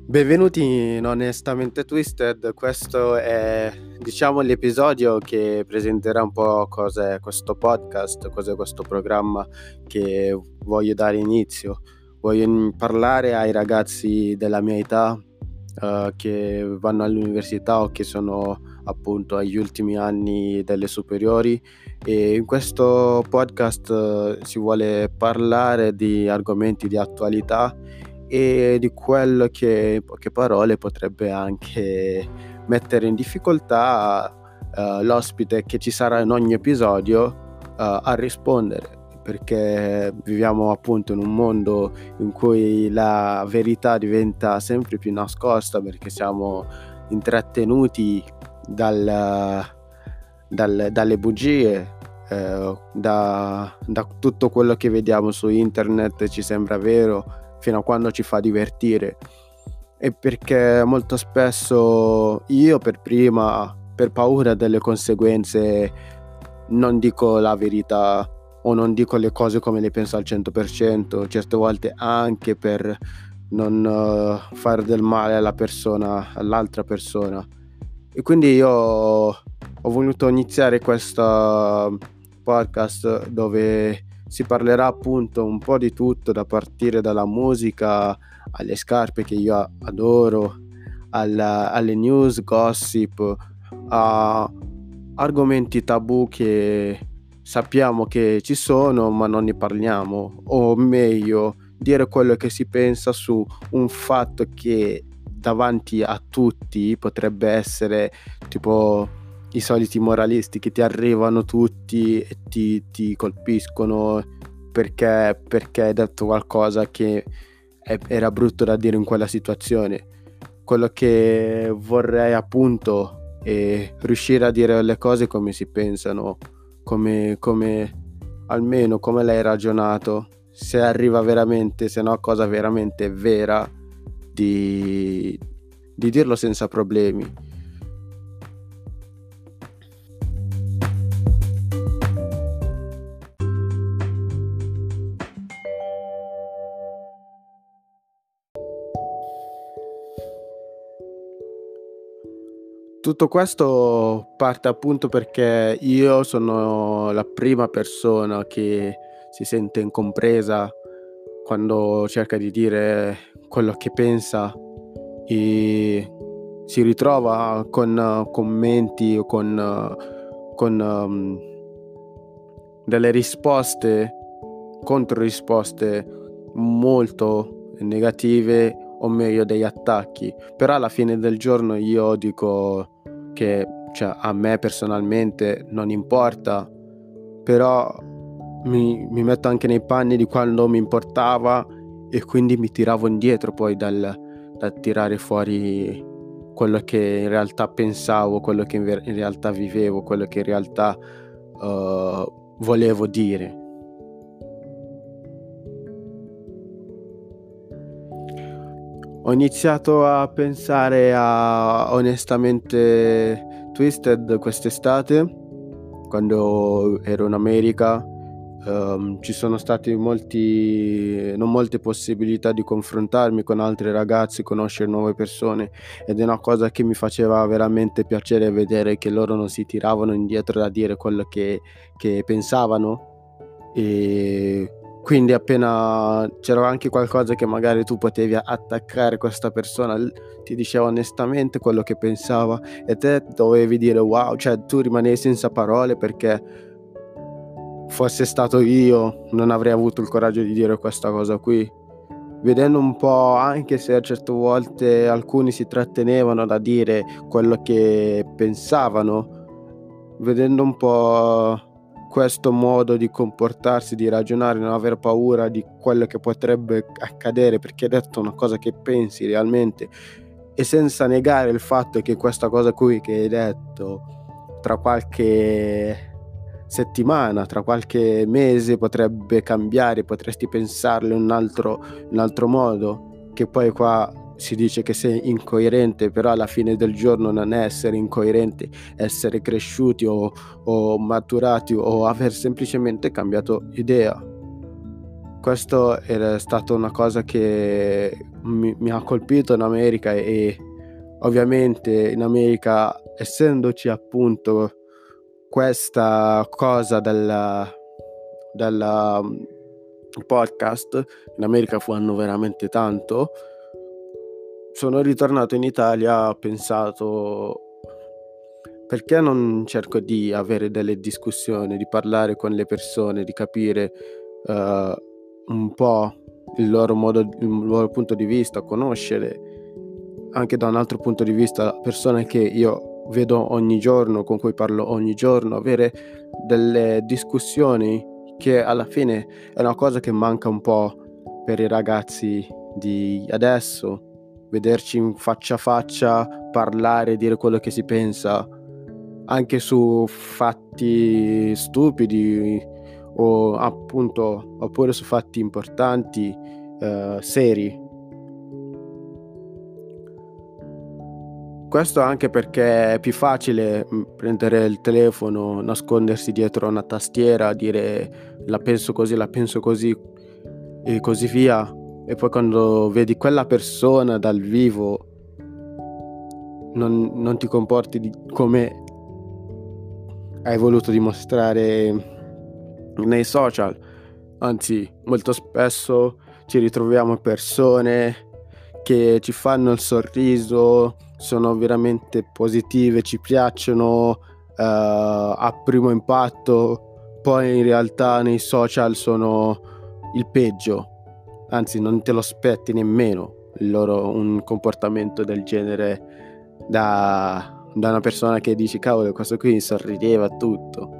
Benvenuti in Onestamente Twisted, questo è l'episodio che presenterà un po' cos'è questo podcast, cos'è questo programma che voglio dare inizio. Voglio parlare ai ragazzi della mia età che vanno all'università o che sono appunto agli ultimi anni delle superiori, e in questo podcast si vuole parlare di argomenti di attualità e di quello che in poche parole potrebbe anche mettere in difficoltà l'ospite che ci sarà in ogni episodio a rispondere, perché viviamo appunto in un mondo in cui la verità diventa sempre più nascosta, perché siamo intrattenuti dalle bugie, da tutto quello che vediamo su internet ci sembra vero fino a quando ci fa divertire, e perché molto spesso io per prima, per paura delle conseguenze, non dico la verità o non dico le cose come le penso al 100%, certe volte anche per non fare del male all'altra persona. E quindi io ho voluto iniziare questo podcast dove si parlerà appunto un po' di tutto, da partire dalla musica alle scarpe che io adoro, alle news, gossip, a argomenti tabù che sappiamo che ci sono ma non ne parliamo, o meglio dire quello che si pensa su un fatto che davanti a tutti potrebbe essere tipo i soliti moralisti che ti arrivano tutti e ti colpiscono perché hai detto qualcosa che era brutto da dire in quella situazione. Quello che vorrei appunto è riuscire a dire le cose come si pensano, come almeno come l'hai ragionato, se arriva veramente, se è una cosa veramente vera, di dirlo senza problemi. Tutto questo parte appunto perché io sono la prima persona che si sente incompresa quando cerca di dire quello che pensa, e si ritrova con commenti o con delle risposte, controrisposte molto negative, o meglio degli attacchi. Però alla fine del giorno io dico che, cioè, a me personalmente non importa, però mi metto anche nei panni di quando mi importava, e quindi mi tiravo indietro poi dal tirare fuori quello che in realtà pensavo, quello che in realtà vivevo, quello che in realtà volevo dire. Ho iniziato a pensare a Onestamente Twisted quest'estate, quando ero in America. Ci sono stati non molte possibilità di confrontarmi con altri ragazzi, conoscere nuove persone, ed è una cosa che mi faceva veramente piacere vedere che loro non si tiravano indietro da dire quello che pensavano. E quindi appena c'era anche qualcosa che magari tu potevi attaccare questa persona, ti diceva onestamente quello che pensava, e te dovevi dire wow, cioè tu rimanevi senza parole, perché fosse stato io non avrei avuto il coraggio di dire questa cosa qui. Vedendo un po', anche se a certe volte alcuni si trattenevano da dire quello che pensavano, vedendo un po' questo modo di comportarsi, di ragionare, non aver paura di quello che potrebbe accadere perché hai detto una cosa che pensi realmente, e senza negare il fatto che questa cosa qui che hai detto tra qualche settimana, tra qualche mese potrebbe cambiare, potresti pensarlo in un altro modo, che poi qua si dice che sei incoerente, però alla fine del giorno non è essere incoerenti, è essere cresciuti o maturati, o aver semplicemente cambiato idea. Questo era stata una cosa che mi ha colpito in America, e ovviamente in America, essendoci appunto questa cosa della podcast, in America fanno veramente tanto. Sono ritornato in Italia, ho pensato: perché non cerco di avere delle discussioni, di parlare con le persone, di capire un po' il loro punto di vista, conoscere anche da un altro punto di vista persone che io vedo ogni giorno, con cui parlo ogni giorno, avere delle discussioni, che alla fine è una cosa che manca un po' per i ragazzi di adesso. Vederci in faccia a faccia, parlare, dire quello che si pensa, anche su fatti stupidi o appunto, oppure su fatti importanti, seri. Questo anche perché è più facile prendere il telefono, nascondersi dietro una tastiera, dire la penso così e così via, e poi quando vedi quella persona dal vivo non ti comporti come hai voluto dimostrare nei social. Anzi, molto spesso ci ritroviamo persone che ci fanno il sorriso, sono veramente positive, ci piacciono a primo impatto, poi in realtà nei social sono il peggio, anzi non te lo aspetti nemmeno un comportamento del genere da una persona che dici: cavolo, questo qui sorrideva tutto.